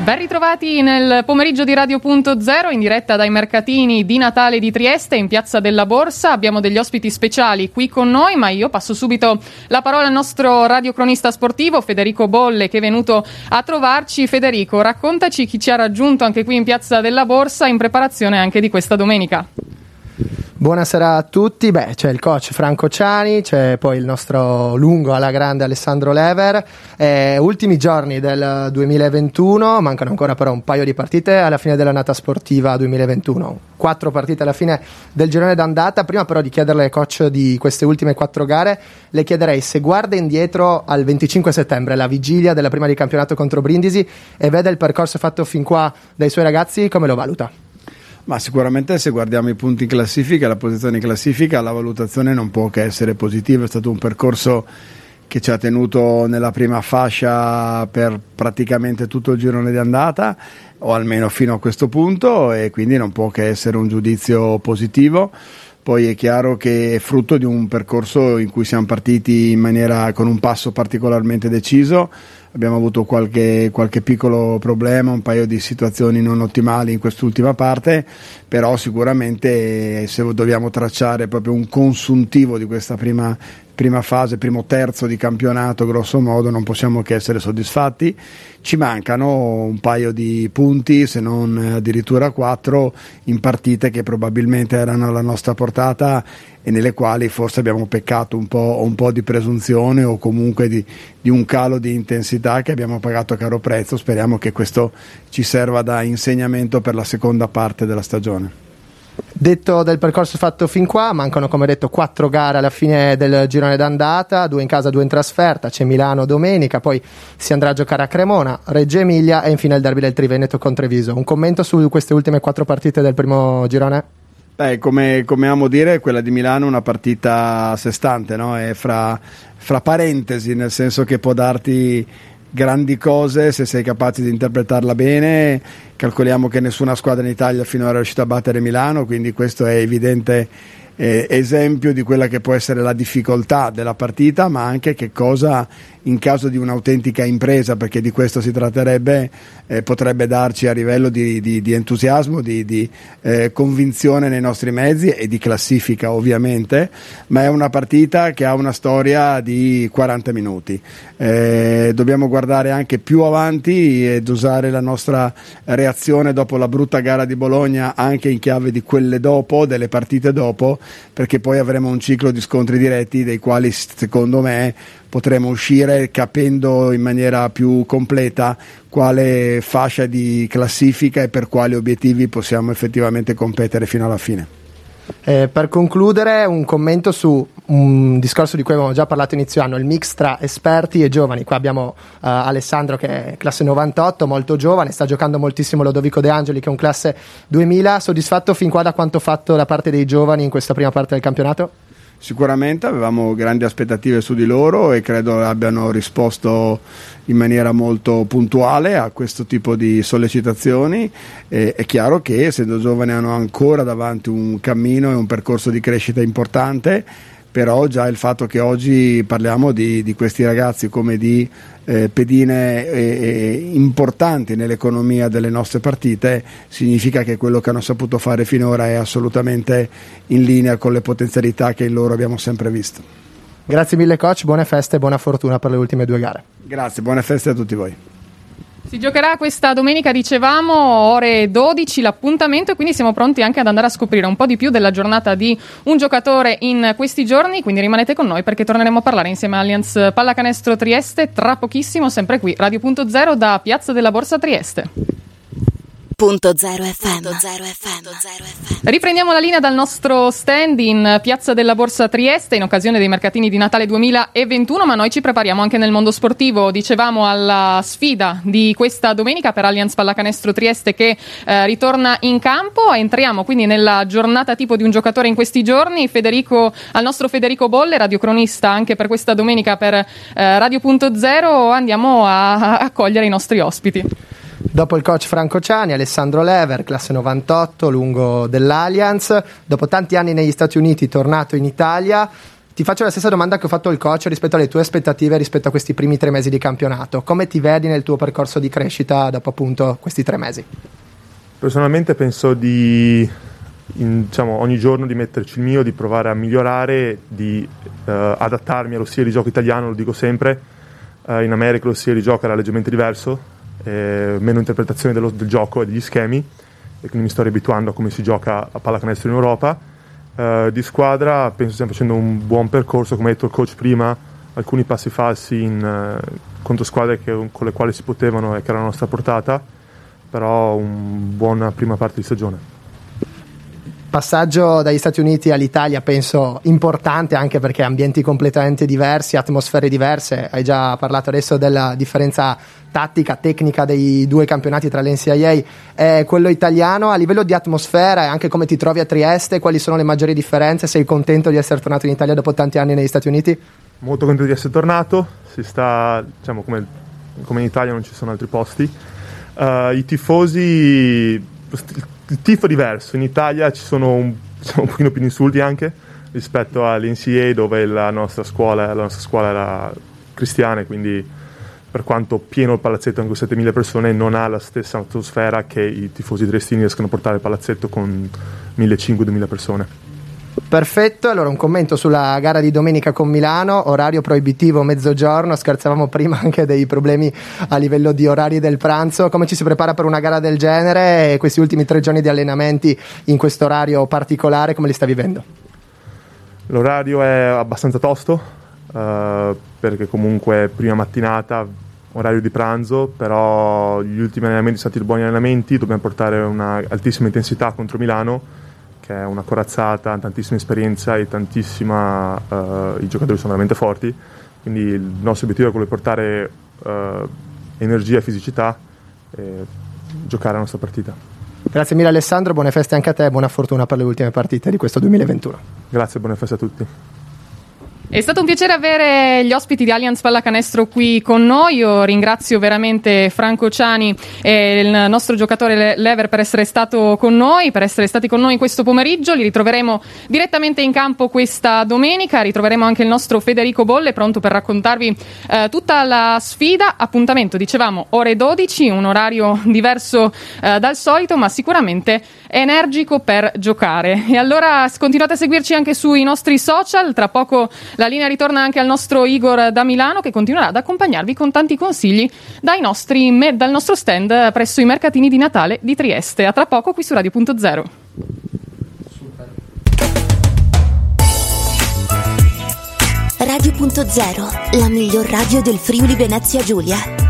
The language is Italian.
Ben ritrovati nel pomeriggio di Radio.0 in diretta dai mercatini di Natale di Trieste in Piazza della Borsa. Abbiamo degli ospiti speciali qui con noi, ma io passo subito la parola al nostro radiocronista sportivo Federico Bolle, che è venuto a trovarci. Federico, raccontaci chi ci ha raggiunto anche qui in Piazza della Borsa in preparazione anche di questa domenica. Buonasera a tutti. C'è il coach Franco Ciani, c'è poi il nostro lungo alla grande Alessandro Lever. Ultimi giorni del 2021, mancano ancora però un paio di partite alla fine dell'annata sportiva 2021. 4 partite alla fine del girone d'andata. Prima però di chiederle, coach, di queste ultime 4 gare, le chiederei se guarda indietro al 25 settembre, la vigilia della prima di campionato contro Brindisi, e vede il percorso fatto fin qua dai suoi ragazzi, come lo valuta? Ma sicuramente, se guardiamo i punti in classifica, la posizione in classifica, la valutazione non può che essere positiva. È stato un percorso che ci ha tenuto nella prima fascia per praticamente tutto il girone di andata, o almeno fino a questo punto, e quindi non può che essere un giudizio positivo. Poi è chiaro che è frutto di un percorso in cui siamo partiti con un passo particolarmente deciso. Abbiamo avuto qualche piccolo problema, un paio di situazioni non ottimali in quest'ultima parte, però sicuramente se dobbiamo tracciare proprio un consuntivo di questa prima fase, primo terzo di campionato, grosso modo, non possiamo che essere soddisfatti. Ci mancano un paio di punti, se non addirittura 4, in partite che probabilmente erano alla nostra portata e nelle quali forse abbiamo peccato un po' di presunzione, o comunque di un calo di intensità che abbiamo pagato a caro prezzo. Speriamo che questo ci serva da insegnamento per la seconda parte della stagione. Detto del percorso fatto fin qua, mancano, come detto, 4 gare alla fine del girone d'andata, 2 in casa, 2 in trasferta. C'è Milano domenica, poi si andrà a giocare a Cremona, Reggio Emilia e infine il derby del Triveneto con Treviso. Un commento su queste ultime 4 partite del primo girone? Come amo dire, quella di Milano è una partita a sé stante, no? È fra parentesi, nel senso che può darti grandi cose se sei capace di interpretarla bene. Calcoliamo che nessuna squadra in Italia finora è riuscita a battere Milano, quindi questo è evidente esempio di quella che può essere la difficoltà della partita, ma anche che cosa, in caso di un'autentica impresa, perché di questo si tratterebbe, potrebbe darci a livello di entusiasmo, di convinzione nei nostri mezzi e di classifica, ovviamente. Ma è una partita che ha una storia di 40 minuti. Dobbiamo guardare anche più avanti ed usare la nostra reazione dopo la brutta gara di Bologna anche in chiave di quelle dopo, delle partite dopo, perché poi avremo un ciclo di scontri diretti dei quali, secondo me, potremo uscire capendo in maniera più completa quale fascia di classifica e per quali obiettivi possiamo effettivamente competere fino alla fine. Per concludere, un commento su un discorso di cui avevamo già parlato inizio anno, il mix tra esperti e giovani. Qua abbiamo Alessandro, che è classe 98, molto giovane, sta giocando moltissimo Lodovico De Angeli, che è un classe 2000. Soddisfatto fin qua da quanto fatto da parte dei giovani in questa prima parte del campionato? Sicuramente avevamo grandi aspettative su di loro e credo abbiano risposto in maniera molto puntuale a questo tipo di sollecitazioni. È chiaro che, essendo giovani, hanno ancora davanti un cammino e un percorso di crescita importante, però già il fatto che oggi parliamo di questi ragazzi come di pedine importanti nell'economia delle nostre partite significa che quello che hanno saputo fare finora è assolutamente in linea con le potenzialità che in loro abbiamo sempre visto. Grazie mille, coach, buone feste e buona fortuna per le ultime 2 gare. Grazie, buone feste a tutti voi. Si giocherà questa domenica, dicevamo, ore 12 l'appuntamento, e quindi siamo pronti anche ad andare a scoprire un po' di più della giornata di un giocatore in questi giorni, quindi rimanete con noi perché torneremo a parlare insieme a Allianz Pallacanestro Trieste tra pochissimo, sempre qui, Radio.0 da Piazza della Borsa Trieste. .0 FM. Riprendiamo la linea dal nostro stand in Piazza della Borsa Trieste in occasione dei mercatini di Natale 2021, ma noi ci prepariamo anche nel mondo sportivo. Dicevamo alla sfida di questa domenica per Allianz Pallacanestro Trieste che ritorna in campo. Entriamo quindi nella giornata tipo di un giocatore in questi giorni. Al nostro Federico Bolle, radiocronista anche per questa domenica per Radio.0, andiamo a accogliere i nostri ospiti. Dopo il coach Franco Ciani, Alessandro Lever, classe 98, lungo dell'Allianz, dopo tanti anni negli Stati Uniti, tornato in Italia. Ti faccio la stessa domanda che ho fatto al coach rispetto alle tue aspettative rispetto a questi primi 3 mesi di campionato. Come ti vedi nel tuo percorso di crescita dopo appunto questi 3 mesi? Personalmente penso ogni giorno di metterci il mio, di provare a migliorare, di adattarmi allo stile di gioco italiano, lo dico sempre. In America lo stile di gioco era leggermente diverso, meno interpretazione del gioco e degli schemi, e quindi mi sto riabituando a come si gioca a pallacanestro in Europa. Di squadra penso stiamo facendo un buon percorso, come ha detto il coach prima, alcuni passi falsi contro squadre con le quali si potevano e che erano alla nostra portata, però una buona prima parte di stagione. Passaggio dagli Stati Uniti all'Italia penso importante, anche perché ambienti completamente diversi, atmosfere diverse. Hai già parlato adesso della differenza tattica, tecnica dei 2 campionati tra l'NCAA e quello italiano. A livello di atmosfera e anche come ti trovi a Trieste, quali sono le maggiori differenze? Sei contento di essere tornato in Italia dopo tanti anni negli Stati Uniti? Molto contento di essere tornato, si sta, come in Italia non ci sono altri posti. I tifosi, il tifo è diverso, in Italia ci sono un pochino più di insulti anche rispetto all'NCAA, dove la nostra scuola era cristiana, quindi per quanto pieno il palazzetto con 7.000 persone non ha la stessa atmosfera che i tifosi triestini riescono a portare il palazzetto con 1.500-2.000 persone. Perfetto, allora un commento sulla gara di domenica con Milano, orario proibitivo mezzogiorno, scherzavamo prima anche dei problemi a livello di orari del pranzo. Come ci si prepara per una gara del genere e questi ultimi 3 giorni di allenamenti in questo orario particolare, come li sta vivendo? L'orario è abbastanza tosto, perché comunque prima mattinata, orario di pranzo, però gli ultimi allenamenti sono stati buoni allenamenti, dobbiamo portare una altissima intensità contro Milano, che è una corazzata, tantissima esperienza e tantissima, i giocatori sono veramente forti, quindi il nostro obiettivo è quello di portare energia e fisicità e giocare la nostra partita. Grazie mille Alessandro, buone feste anche a te e buona fortuna per le ultime partite di questo 2021. Grazie, buone feste a tutti. È stato un piacere avere gli ospiti di Allianz Pallacanestro qui con noi. Io ringrazio veramente Franco Ciani e il nostro giocatore Lever per essere stato con noi, per essere stati con noi questo pomeriggio. Li ritroveremo direttamente in campo questa domenica. Ritroveremo anche il nostro Federico Bolle pronto per raccontarvi tutta la sfida. Appuntamento, dicevamo, ore 12, un orario diverso dal solito, ma sicuramente energico per giocare. E allora continuate a seguirci anche sui nostri social. Tra poco la linea ritorna anche al nostro Igor da Milano, che continuerà ad accompagnarvi con tanti consigli dal nostro stand presso i mercatini di Natale di Trieste. A tra poco qui su Radio.0. Radio.0, la miglior radio del Friuli Venezia Giulia.